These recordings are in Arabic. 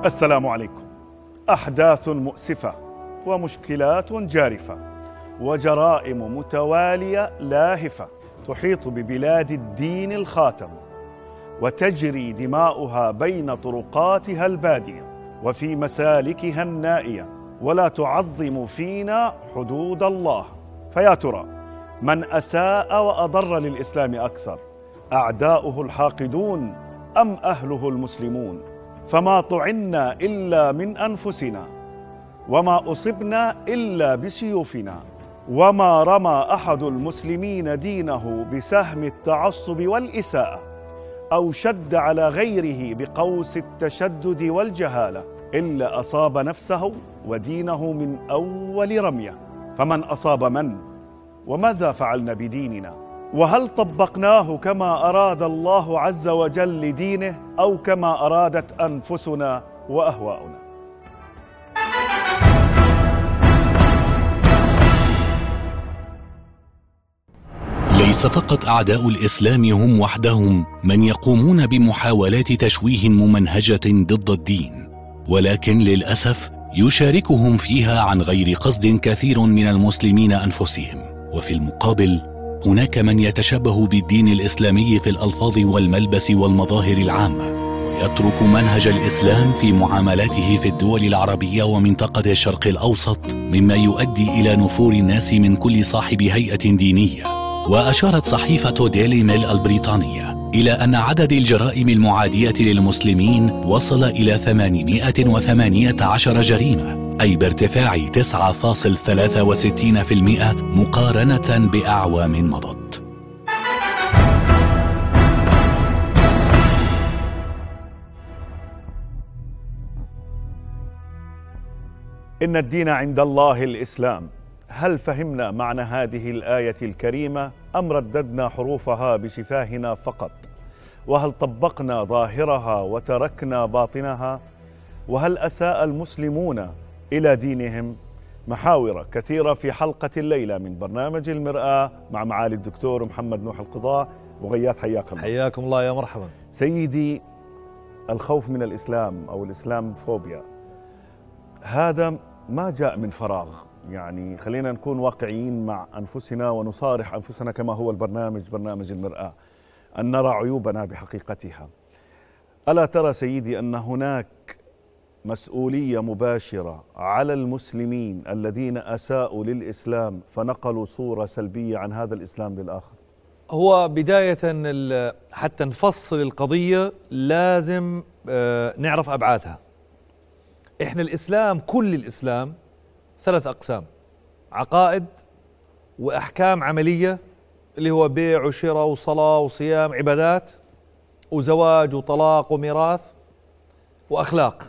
السلام عليكم. أحداث مؤسفة ومشكلات جارفة وجرائم متوالية لاهفة تحيط ببلاد الدين الخاتم، وتجري دماؤها بين طرقاتها البادية وفي مسالكها النائية، ولا تعظم فينا حدود الله. فيا ترى من أساء وأضر للإسلام أكثر، أعداؤه الحاقدون أم أهله المسلمون؟ فما طعنا إلا من أنفسنا، وما أصبنا إلا بسيوفنا، وما رمى أحد المسلمين دينه بسهم التعصب والإساءة أو شد على غيره بقوس التشدد والجهالة إلا أصاب نفسه ودينه من أول رمية. فمن أصاب من؟ وماذا فعلنا بديننا؟ وهل طبقناه كما أراد الله عز وجل لدينه أو كما أرادت أنفسنا وأهواؤنا؟ ليس فقط أعداء الإسلام هم وحدهم من يقومون بمحاولات تشويه ممنهجة ضد الدين، ولكن للأسف يشاركهم فيها عن غير قصد كثير من المسلمين أنفسهم. وفي المقابل هناك من يتشبه بالدين الإسلامي في الألفاظ والملبس والمظاهر العامة، ويترك منهج الإسلام في معاملاته في الدول العربية ومنطقة الشرق الأوسط، مما يؤدي إلى نفور الناس من كل صاحب هيئة دينية. وأشارت صحيفة ديلي ميل البريطانية إلى أن عدد الجرائم المعادية للمسلمين وصل إلى 818 جريمة، أي بارتفاع 9.63% مقارنة بأعوام مضت. إن الدين عند الله الإسلام. هل فهمنا معنى هذه الآية الكريمة أم رددنا حروفها بشفاهنا فقط؟ وهل طبقنا ظاهرها وتركنا باطنها؟ وهل أساء المسلمون إلى دينهم؟ محاور كثيرة في حلقة الليلة من برنامج المرآة مع معالي الدكتور محمد نوح القضاء. وغيات حياكم الله. حياكم الله يا مرحبا سيدي. الخوف من الإسلام أو الإسلام فوبيا هذا ما جاء من فراغ، يعني خلينا نكون واقعيين مع أنفسنا ونصارح أنفسنا كما هو برنامج المرآة، أن نرى عيوبنا بحقيقتها. ألا ترى سيدي أن هناك مسؤولية مباشرة على المسلمين الذين أساءوا للإسلام فنقلوا صورة سلبية عن هذا الإسلام للآخر؟ هو بداية حتى نفصل القضية لازم نعرف أبعادها. إحنا الإسلام، كل الإسلام 3 أقسام: عقائد وأحكام عملية اللي هو بيع وشراء وصلاة وصيام، عبادات، وزواج وطلاق وميراث، وأخلاق.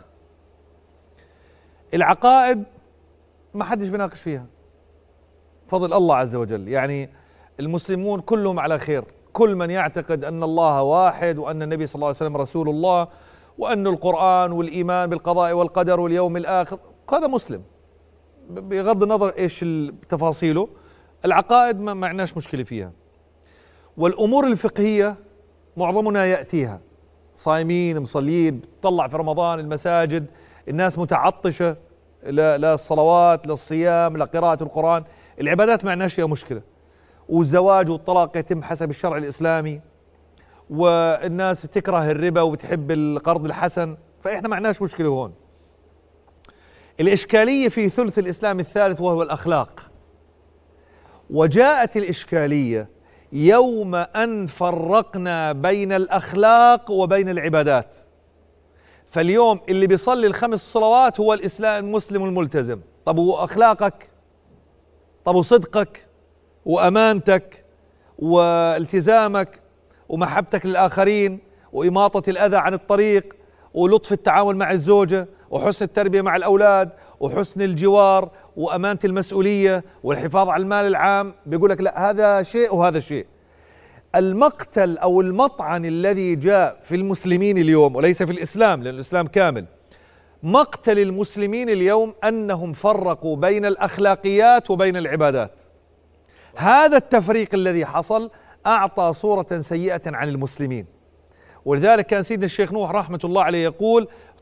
العقائد ما حدش بيناقش فيها، فضل الله عز وجل، يعني المسلمون كلهم على خير. كل من يعتقد أن الله واحد وأن النبي صلى الله عليه وسلم رسول الله وأن القرآن والإيمان بالقضاء والقدر واليوم الآخر، هذا مسلم بغض النظر إيش تفاصيله. العقائد ما معناش مشكلة فيها. والأمور الفقهية معظمنا يأتيها، صايمين مصلين، تطلع في رمضان المساجد الناس متعطشة للصلوات للصيام لقراءة القرآن، العبادات ما معناش فيها مشكلة. والزواج والطلاق يتم حسب الشرع الإسلامي، والناس بتكره الربا وبتحب القرض الحسن، فإحنا ما معناش مشكلة هون. الإشكالية في ثلث الإسلام الثالث وهو الأخلاق. وجاءت الإشكالية يوم أن فرقنا بين الأخلاق وبين العبادات. فاليوم اللي بيصلي ال5 صلوات هو الإسلام المسلم الملتزم. طب وأخلاقك؟ طب وصدقك وأمانتك والتزامك ومحبتك للآخرين وإماطة الأذى عن الطريق ولطف التعامل مع الزوجة وحسن التربية مع الأولاد وحسن الجوار وأمانة المسؤولية والحفاظ على المال العام؟ بيقول لك لا، هذا شيء وهذا شيء. المقتل أو المطعن الذي جاء في المسلمين اليوم وليس في الإسلام، لأن الإسلام كامل، مقتل المسلمين اليوم أنهم فرقوا بين الأخلاقيات وبين العبادات. هذا التفريق الذي حصل أعطى صورة سيئة عن المسلمين. ولذلك كان سيدنا الشيخ نوح رحمة الله عليه يقول: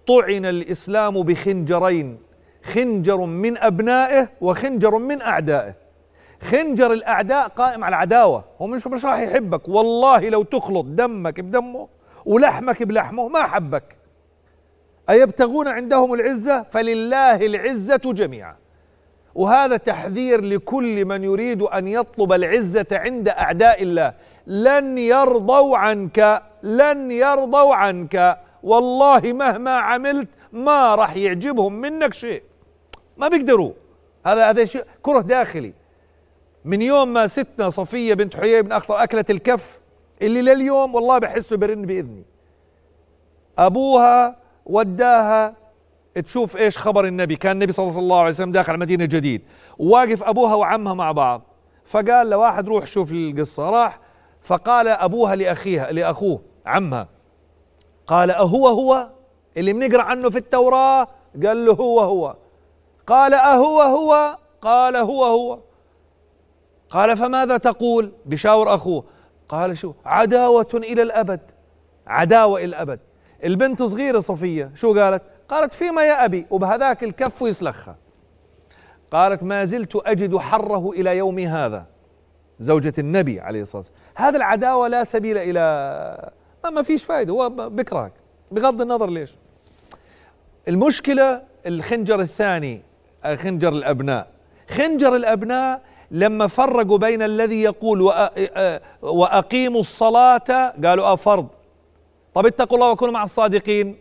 طعن الإسلام بخنجرين، خنجر من أبنائه وخنجر من أعدائه. خنجر الأعداء قائم على العداوة، هو مش راح يحبك، والله لو تخلط دمك بدمه ولحمك بلحمه ما حبك. أيبتغون عندهم العزة؟ فلله العزة جميعا. وهذا تحذير لكل من يريد أن يطلب العزة عند أعداء الله. لن يرضوا عنك، لن يرضوا عنك، والله مهما عملت ما راح يعجبهم منك شيء، ما بيقدروا. هذا شيء كره داخلي. من يوم ما ستنا صفية بنت حيي بن أخطر أكلت الكف اللي لليوم والله بحسه برن بإذني، أبوها وداها تشوف إيش خبر النبي. كان النبي صلى الله عليه وسلم داخل المدينة جديد، وواقف أبوها وعمها مع بعض، فقال لواحد روح شوف القصة. راح فقال أبوها لأخوه عمها، قال أهو هو اللي بنقرأ عنه في التوراة؟ قال له هو. قال أهو هو؟ قال هو. قال فماذا تقول؟ بشاور أخوه. قال شو؟ عداوة إلى الأبد، عداوة إلى الأبد. البنت صغيرة صفية شو قالت؟ قالت فيما يا أبي، وبهذاك الكف يسلخها. قالت ما زلت أجد حره إلى يومي هذا، زوجة النبي عليه الصلاة والسلام. هذا العداوة لا سبيل إلى، ما فيش فايدة، هو بكرهك بغض النظر ليش. المشكلة الخنجر الثاني، خنجر الأبناء. خنجر الأبناء لما فرقوا بين الذي يقول وأقيموا الصلاة قالوا فرض، طب اتقوا الله وكونوا مع الصادقين،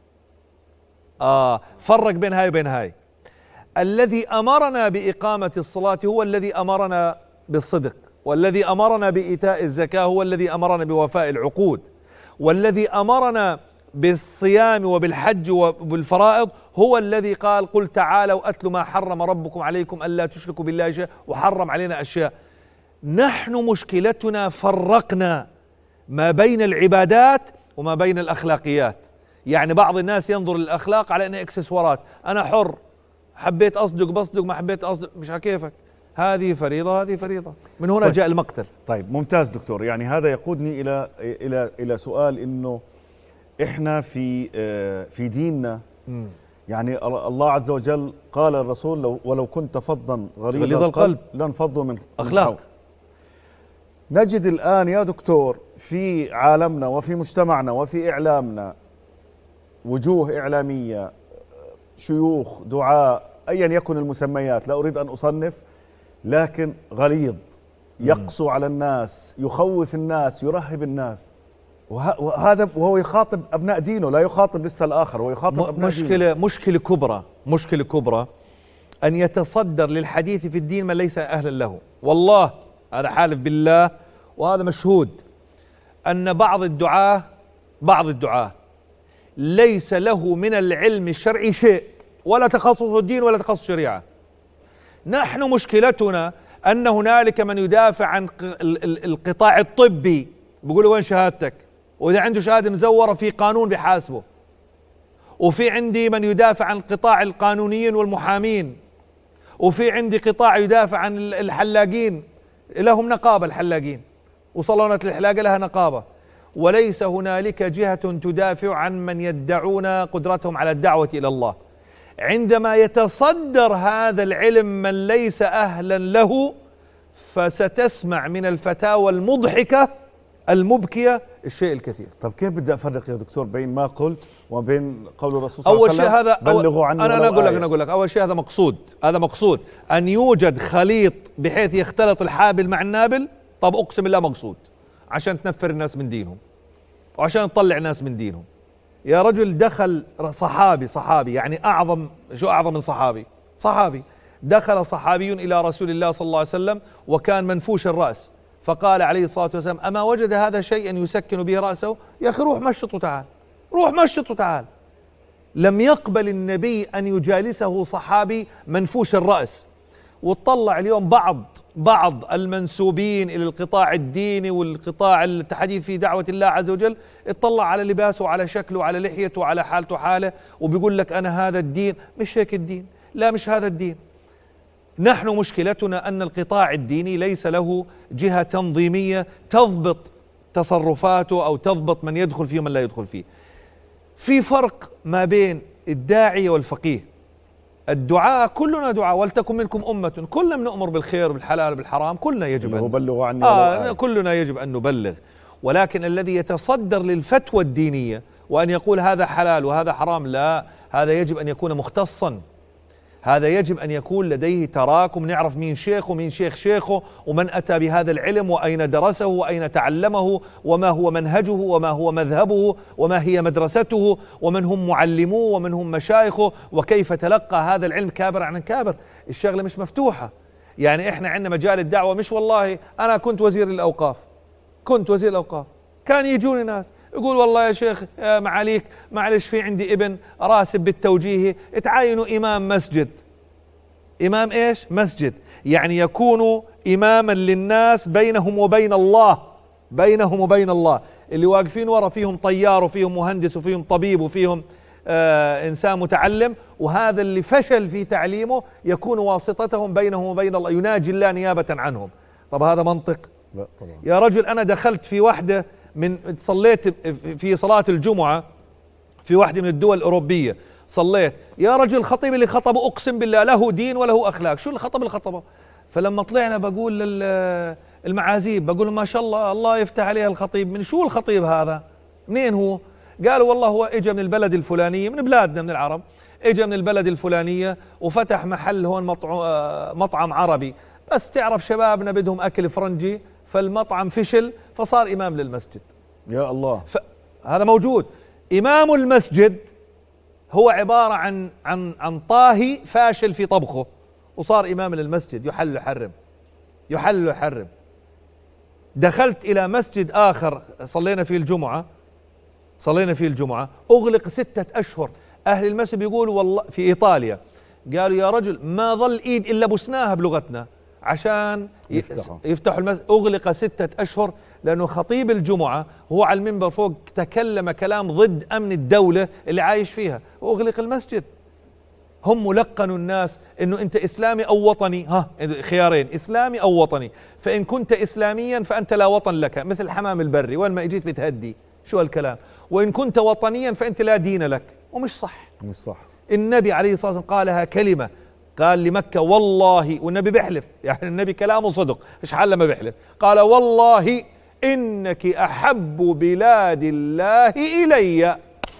فرق بين هاي وبين هاي. الذي أمرنا بإقامة الصلاة هو الذي أمرنا بالصدق، والذي أمرنا بإيتاء الزكاة هو الذي أمرنا بوفاء العقود، والذي أمرنا بالصيام وبالحج وبالفرائض هو الذي قال قل تعالوا أتل ما حرم ربكم عليكم ألا تشركوا بالله شيئا، وحرم علينا أشياء. نحن مشكلتنا فرقنا ما بين العبادات وما بين الأخلاقيات. يعني بعض الناس ينظر للأخلاق على أنها إكسسوارات، أنا حر، حبيت أصدق بصدق، ما حبيت أصدق مش على كيفك، هذه فريضة هذه فريضة. من هنا جاء المقتل. طيب ممتاز دكتور، يعني هذا يقودني إلى سؤال، إنه إحنا في ديننا يعني الله عز وجل قال الرسول ولو كنت فظا غليظ القلب لانفضوا من أخلاق. نجد الآن يا دكتور في عالمنا وفي مجتمعنا وفي إعلامنا وجوه إعلامية، شيوخ، دعاء، أيا يكن المسميات، لا أريد أن أصنف، لكن غليظ، يقسو على الناس، يخوف الناس، يرهب الناس، وهذا وهو يخاطب أبناء دينه، لا يخاطب لسه الآخر، ويخاطب أبناء دينه. مشكلة كبرى أن يتصدر للحديث في الدين من ليس أهلا له. والله هذا حالف بالله، وهذا مشهود، أن بعض الدعاة ليس له من العلم الشرعي شيء، ولا تخصص الدين ولا تخصص الشريعة. نحن مشكلتنا أن هنالك من يدافع عن القطاع الطبي، بيقولوا وين شهادتك؟ وإذا عنده شهادة مزورة في قانون بحاسبه. وفي عندي من يدافع عن القطاع القانونيين والمحامين، وفي عندي قطاع يدافع عن الحلاقين، لهم نقابة الحلاقين، وصالونات الحلاقة لها نقابة. وليس هنالك جهة تدافع عن من يدعون قدرتهم على الدعوة إلى الله. عندما يتصدر هذا العلم من ليس أهلا له، فستسمع من الفتاوى المضحكة المبكية الشيء الكثير. طب كيف بدي أفرق يا دكتور بين ما قلت وبين قول الرسول صلى الله عليه وسلم؟ أول شيء هذا بلغوا عني. أنا أقول لك أول شيء هذا مقصود أن يوجد خليط بحيث يختلط الحابل مع النابل. طب أقسم بالله مقصود عشان تنفر الناس من دينهم وعشان تطلع الناس من دينهم. يا رجل دخل صحابي يعني أعظم من صحابي دخل صحابي إلى رسول الله صلى الله عليه وسلم وكان منفوش الرأس، فقال عليه الصلاة والسلام أما وجد هذا شيئا يسكن به رأسه؟ يا أخي روح مشط وتعال. لم يقبل النبي أن يجالسه صحابي منفوش الرأس. وتطلع اليوم بعض المنسوبين إلى القطاع الديني والقطاع الحديث في دعوة الله عز وجل، اطلع على لباسه وعلى شكله وعلى لحيته وعلى حالته حاله، وبيقول لك أنا هذا الدين. مش هيك الدين، لا مش هذا الدين. نحن مشكلتنا أن القطاع الديني ليس له جهة تنظيمية تضبط تصرفاته أو تضبط من يدخل فيه ومن لا يدخل فيه. في فرق ما بين الداعية والفقيه. الدعاء كلنا دعاء، ولتكن منكم أمة، كلنا بنأمر بالخير بالحلال وبالحرام، كلنا يجب أن بلغوا عني كلنا يجب أن نبلغ. ولكن الذي يتصدر للفتوى الدينية وأن يقول هذا حلال وهذا حرام، لا، هذا يجب أن يكون مختصا، هذا يجب أن يكون لديه تراكم، نعرف مين شيخه مين شيخ شيخه ومن أتى بهذا العلم وأين درسه وأين تعلمه وما هو منهجه وما هو مذهبه وما هي مدرسته ومن هم معلموه ومن هم مشايخه وكيف تلقى هذا العلم كابر عن كابر. الشغلة مش مفتوحة. يعني إحنا عندنا مجال الدعوة، مش والله أنا كنت وزير الأوقاف، كان يجوني ناس يقول والله يا شيخ يا معاليك معلش في عندي ابن راسب بالتوجيه، تعاينوا إمام مسجد. إمام إيش؟ مسجد. يعني يكون إماما للناس بينهم وبين الله، بينهم وبين الله. اللي واقفين ورا فيهم طيار وفيهم مهندس وفيهم طبيب وفيهم إنسان متعلم، وهذا اللي فشل في تعليمه يكون واسطتهم بينهم وبين الله، يناجي الله نيابة عنهم. طب هذا منطق؟ لا طبعا. يا رجل أنا دخلت في واحدة صليت في صلاة الجمعة في واحدة من الدول الأوروبية، صليت يا رجل الخطيب اللي خطبه أقسم بالله له دين وله أخلاق. شو الخطب اللي خطبه؟ فلما طلعنا بقول للمعازيب بقول ما شاء الله الله يفتح عليها الخطيب. من شو الخطيب هذا؟ منين هو؟ قالوا والله هو اجى من البلد الفلانية، من بلادنا من العرب، اجى من البلد الفلانية وفتح محل هون مطعم عربي، بس تعرف شبابنا بدهم أكل فرنجي فالمطعم فشل فصار إمام للمسجد. يا الله. هذا موجود. إمام المسجد هو عبارة عن طاهي فاشل في طبخه وصار إمام للمسجد، يحل ويحرم. دخلت إلى مسجد آخر صلينا فيه الجمعة أغلق 6 أشهر. أهل المسجد يقولوا والله في إيطاليا قالوا يا رجل ما ظل إيد إلا بسناها بلغتنا عشان يفتحوا المسجد. أغلق 6 أشهر لأنه خطيب الجمعة هو على المنبر فوق تكلم كلام ضد أمن الدولة اللي عايش فيها وأغلق المسجد. هم لقنوا الناس إنه أنت إسلامي أو وطني، خيارين، إسلامي أو وطني، فإن كنت إسلاميا فأنت لا وطن لك، مثل الحمام البري وين ما إجيت بتهدي. شو هالكلام؟ وإن كنت وطنيا فأنت لا دين لك. ومش صح، مش صح. النبي عليه الصلاة والسلام قالها كلمة، قال لمكة والله، والنبي بيحلف، يعني النبي كلامه صدق، إيش حال لما بيحلف؟ قال والله إنك أحب بلاد الله إلي.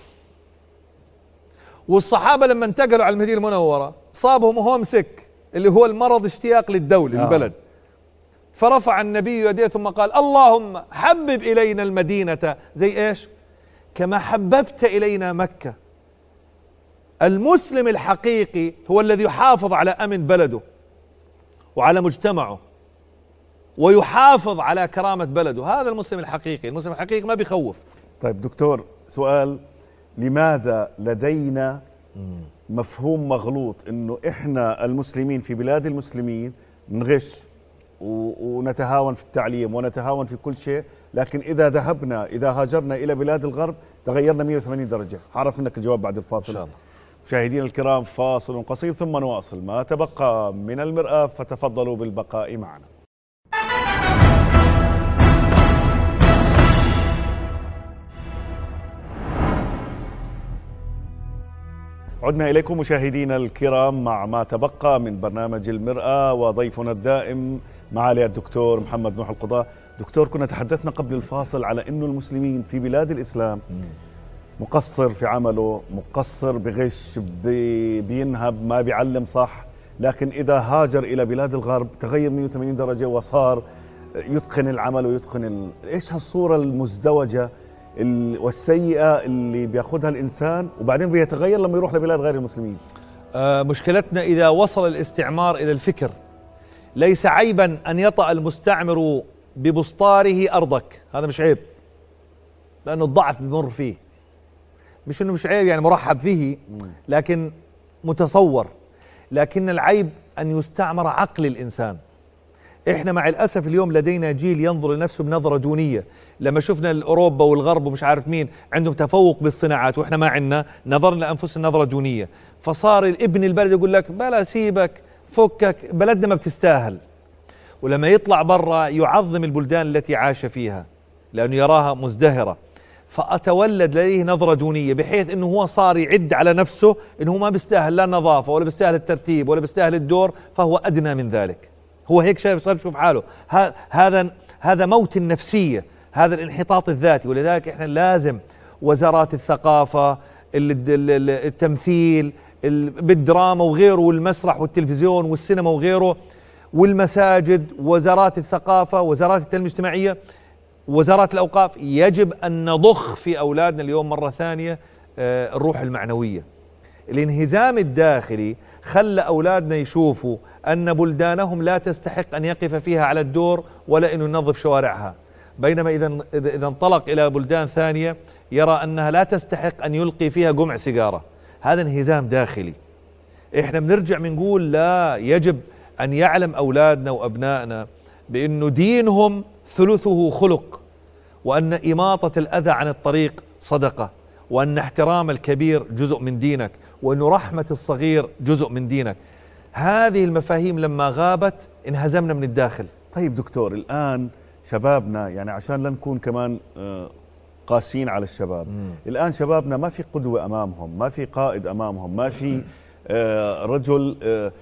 والصحابة لما انتقلوا على المدينة المنورة صابهم هومسك اللي هو المرض اشتياق للدولة البلد، فرفع النبي يديه ثم قال اللهم حبب إلينا المدينة زي إيش؟ كما حببت إلينا مكة. المسلم الحقيقي هو الذي يحافظ على أمن بلده وعلى مجتمعه ويحافظ على كرامة بلده، هذا المسلم الحقيقي. المسلم الحقيقي ما بيخوف. طيب دكتور، سؤال: لماذا لدينا مفهوم مغلوط انه احنا المسلمين في بلاد المسلمين نغش ونتهاون في التعليم ونتهاون في كل شيء، لكن اذا هاجرنا الى بلاد الغرب تغيرنا 180 درجة؟ هعرف منك الجواب بعد الفاصل ان شاء الله. مشاهدينا الكرام، فاصل قصير ثم نواصل ما تبقى من المرآة، فتفضلوا بالبقاء معنا. عدنا إليكم مشاهدينا الكرام مع ما تبقى من برنامج المرآة، وضيفنا الدائم معالي الدكتور محمد نوح القضاة. دكتور، كنا تحدثنا قبل الفاصل على أنه المسلمين في بلاد الإسلام مقصر في عمله، مقصر بغش، بينهب، ما بيعلم صح، لكن إذا هاجر إلى بلاد الغرب تغير 180 درجة وصار يتقن العمل ويتقن إيش هالصورة المزدوجة والسيئة اللي بياخذها الإنسان وبعدين بيتغير لما يروح لبلاد غير المسلمين. مشكلتنا إذا وصل الاستعمار إلى الفكر، ليس عيبا أن يطأ المستعمر ببسطاره أرضك، هذا مش عيب، لأنه الضعف بمر فيه، مش أنه مش عيب يعني مرحب فيه، لكن متصور. لكن العيب أن يستعمر عقل الإنسان. إحنا مع الأسف اليوم لدينا جيل ينظر لنفسه بنظرة دونية. لما شفنا الأوروبا والغرب ومش عارف مين عندهم تفوق بالصناعات وإحنا ما عندنا، نظرنا لأنفسنا نظرة دونية، فصار الابن البلد يقول لك بلا سيبك فكك بلدنا ما بتستاهل. ولما يطلع برا يعظم البلدان التي عاش فيها لأنه يراها مزدهرة. فأتولد لديه نظرة دونية، بحيث أنه هو صار يعد على نفسه أنه هو ما بيستاهل لا النظافة ولا بيستاهل الترتيب ولا بيستاهل الدور، فهو أدنى من ذلك. هو هيك شايف، صار يشوف حاله. هذا موت النفسية، هذا الانحطاط الذاتي. ولذلك احنا لازم وزارات الثقافة، التمثيل بالدراما وغيره، والمسرح والتلفزيون والسينما وغيره، والمساجد، وزارات الثقافة، وزارات التنمية الاجتماعية، وزارات الأوقاف، يجب أن نضخ في أولادنا اليوم مرة ثانية الروح المعنوية. الانهزام الداخلي خلى أولادنا يشوفوا أن بلدانهم لا تستحق أن يقف فيها على الدور ولا أنه ينظف شوارعها، بينما إذا انطلق إلى بلدان ثانية يرى أنها لا تستحق أن يلقي فيها جمع سيجارة. هذا انهزام داخلي. إحنا بنرجع بنقول لا، يجب أن يعلم أولادنا وأبنائنا بأنه دينهم ثلثه خلق، وأن إماطة الأذى عن الطريق صدقة، وأن احترام الكبير جزء من دينك، وأن رحمة الصغير جزء من دينك. هذه المفاهيم لما غابت انهزمنا من الداخل. طيب دكتور، الآن شبابنا، يعني عشان لا نكون كمان قاسين على الشباب، الآن شبابنا ما في قدوة أمامهم، ما في قائد أمامهم، ما في رجل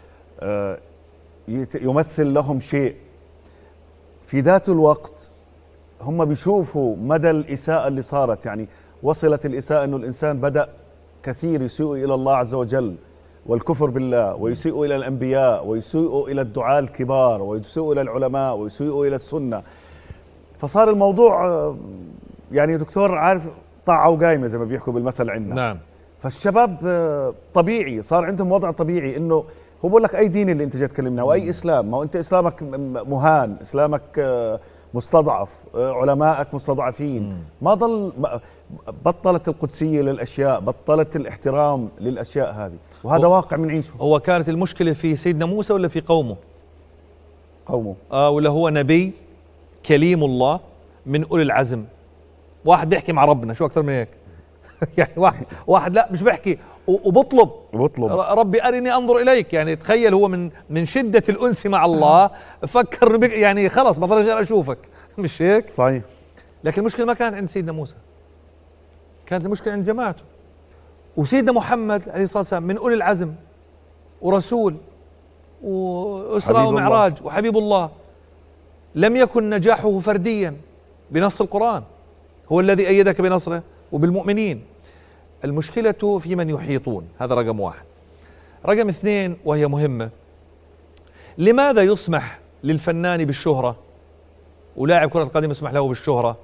يمثل لهم شيء. في ذات الوقت هم بيشوفوا مدى الإساءة اللي صارت، يعني وصلت الإساءة أنه الإنسان بدأ كثير يسيء إلى الله عز وجل والكفر بالله، ويسيء إلى الأنبياء، ويسيء إلى الدعاة الكبار، ويسيء إلى العلماء، ويسيء إلى السنة. فصار الموضوع يعني دكتور عارف طاعة وقايمة زي ما بيحكوا بالمثل عندنا. نعم. فالشباب طبيعي صار عندهم وضع طبيعي، انه هو بقول لك اي دين اللي انت جاي تكلمنا، واي اسلام، ما هو انت اسلامك مهان، اسلامك مستضعف، علمائك مستضعفين، ما ضل، بطلت القدسية للاشياء، بطلت الاحترام للاشياء هذه، وهذا واقع بنعيشه. هو كانت المشكلة في سيدنا موسى ولا في قومه؟ قومه. ولا هو نبي كليم الله من أولي العزم، واحد بيحكي مع ربنا، شو أكثر من هيك؟ يعني واحد لا مش بحكي وبطلب ربي أرني أنظر إليك. يعني تخيل هو من شدة الأنس مع الله فكر يعني خلص ما ضل غير أشوفك، مش هيك؟ صحيح. لكن المشكلة ما كانت عند سيدنا موسى، كانت المشكلة عند جماعته. وسيدنا محمد عليه الصلاة والسلام من أولي العزم ورسول وإسراء ومعراج وحبيب الله، لم يكن نجاحه فرديا بنص القرآن، هو الذي أيدك بنصره وبالمؤمنين. المشكلة في من يحيطون، هذا رقم واحد. رقم اثنين وهي مهمة، لماذا يسمح للفنان بالشهرة ولاعب كرة القدم يسمح له بالشهرة،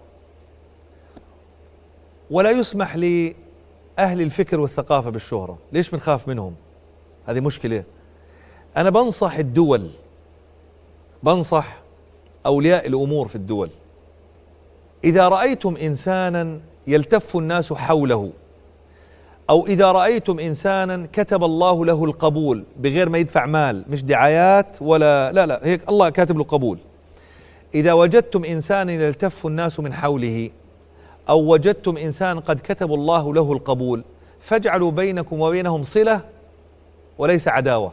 ولا يسمح لأهل الفكر والثقافة بالشهرة؟ ليش بنخاف منهم؟ هذه مشكلة. أنا بنصح الدول، بنصح أولياء الأمور في الدول، إذا رأيتم إنسانا يلتف الناس حوله، أو إذا رأيتم إنسانا كتب الله له القبول بغير ما يدفع مال، مش دعايات ولا لا هيك الله كاتب له قبول، إذا وجدتم إنسانا يلتف الناس من حوله، أو وجدتم إنسانا قد كتب الله له القبول، فاجعلوا بينكم وبينهم صلة وليس عداوة.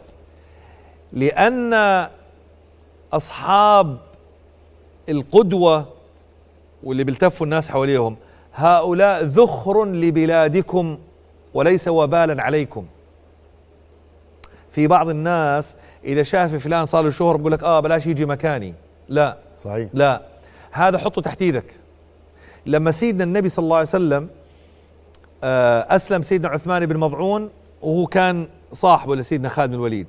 لأن أصحاب القدوة واللي بيلتفوا الناس حواليهم هؤلاء ذخر لبلادكم وليس وبالا عليكم. في بعض الناس إذا شاف فلان صار له شهرة بقول لك بلاش يجي مكاني. لا صحيح، لا، هذا حطه تحت ايدك. لما سيدنا النبي صلى الله عليه وسلم أسلم سيدنا عثمان بن مضعون، وهو كان صاحبه لسيدنا خالد بن الوليد،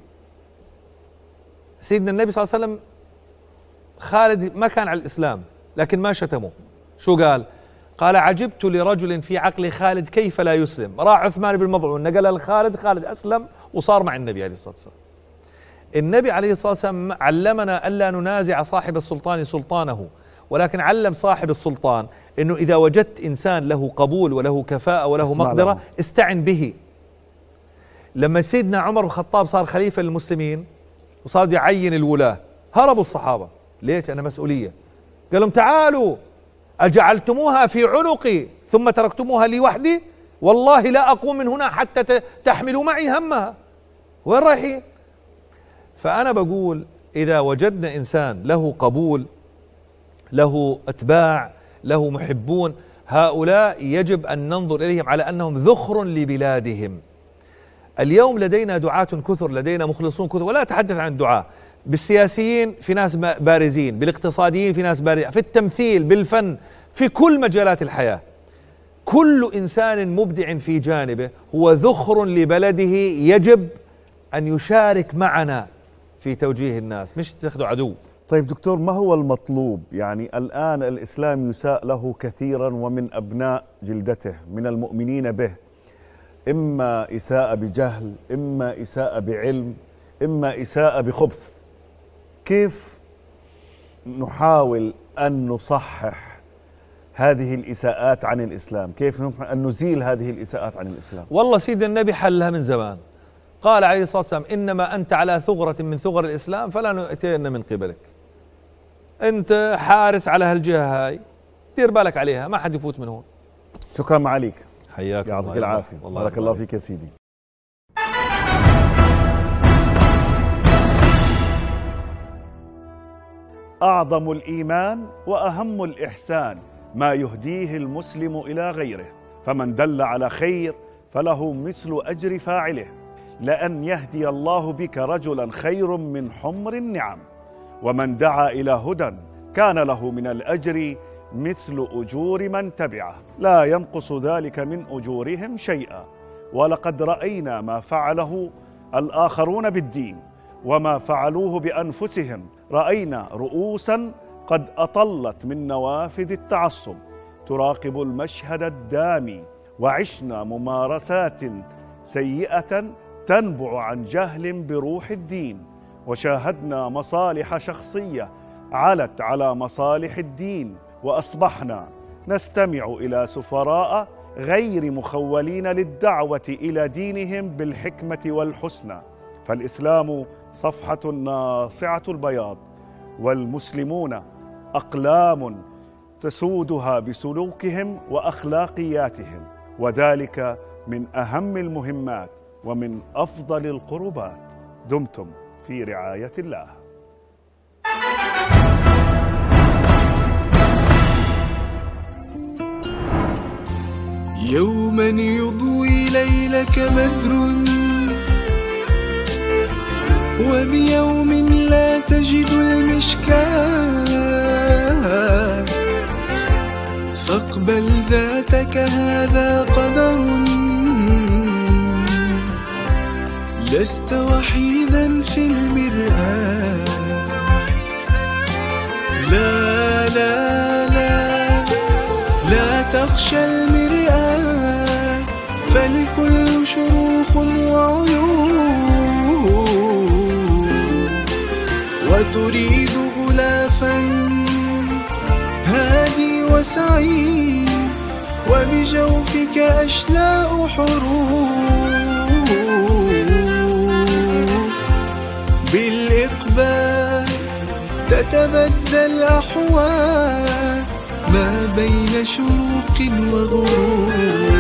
سيدنا النبي صلى الله عليه وسلم خالد ما كان على الإسلام لكن ما شتمه. شو قال؟ قال عجبت لرجل في عقل خالد كيف لا يسلم. راح عثمان بن مضعون نقل لخالد، خالد أسلم وصار مع النبي عليه الصلاة والسلام. النبي عليه الصلاة والسلام علمنا ألا ننازع صاحب السلطان سلطانه، ولكن علم صاحب السلطان أنه إذا وجدت إنسان له قبول وله كفاءة وله مقدرة استعن به. لما سيدنا عمر بن الخطاب صار خليفة للمسلمين وصار يعين الولاة، هربوا الصحابة. ليش؟ أنا مسؤولية. قال لهم تعالوا، أجعلتموها في عنقي ثم تركتموها لي وحدي؟ والله لا أقوم من هنا حتى تحملوا معي همها. وين رايحين؟ فأنا بقول إذا وجدنا إنسان له قبول، له أتباع، له محبون، هؤلاء يجب أن ننظر إليهم على أنهم ذخر لبلادهم. اليوم لدينا دعاة كثر، لدينا مخلصون كثر، ولا أتحدث عن الدعاة، بالسياسيين في ناس بارزين، بالاقتصاديين في ناس بارزين، في التمثيل، بالفن، في كل مجالات الحياة. كل إنسان مبدع في جانبه هو ذخر لبلده، يجب أن يشارك معنا في توجيه الناس، مش تاخذوا عدو. طيب دكتور، ما هو المطلوب؟ يعني الآن الإسلام يساء له كثيرا ومن أبناء جلدته من المؤمنين به، إما إساءة بجهل، إما إساءة بعلم، إما إساءة بخبث. كيف نحاول أن نصحح هذه الإساءات عن الإسلام؟ كيف أن نزيل هذه الإساءات عن الإسلام؟ والله سيد النبي حلها من زمان، قال عليه الصلاة والسلام: إنما أنت على ثغرة من ثغر الإسلام فلا نأتين من قبلك. أنت حارس على هالجهة هاي، دير بالك عليها، ما حد يفوت من هون. شكرا معاليك، حياك، يعطيك العافية، بارك الله فيك يا سيدي. أعظم الإيمان وأهم الإحسان ما يهديه المسلم إلى غيره، فمن دل على خير فله مثل أجر فاعله، لأن يهدي الله بك رجلا خير من حمر النعم، ومن دعا إلى هدى كان له من الأجر مثل أجور من تبعه، لا ينقص ذلك من أجورهم شيئا. ولقد رأينا ما فعله الآخرون بالدين وما فعلوه بأنفسهم، رأينا رؤوسا قد أطلت من نوافذ التعصب تراقب المشهد الدامي، وعشنا ممارسات سيئة تنبع عن جهل بروح الدين، وشاهدنا مصالح شخصية علت على مصالح الدين، وأصبحنا نستمع إلى سفراء غير مخولين للدعوة إلى دينهم بالحكمة والحسنى. فالإسلام صفحة ناصعة البياض، والمسلمون أقلام تسودها بسلوكهم وأخلاقياتهم، وذلك من أهم المهمات ومن أفضل القربات. دمتم في رعاية الله. يوما يضوي ليلك بدر، وبيوم لا تجد المشكاة، فاقبل ذاتك هذا قدر، لست وحيدا في المرآة. لا لا لا لا تخشى المرآة، فالكل شروخ وعيون، وتريد غلافا هادي وسعيد، وبجوفك أشلاء حروب، بالإقبال تتبدل الأحوال ما بين شروق وغروب.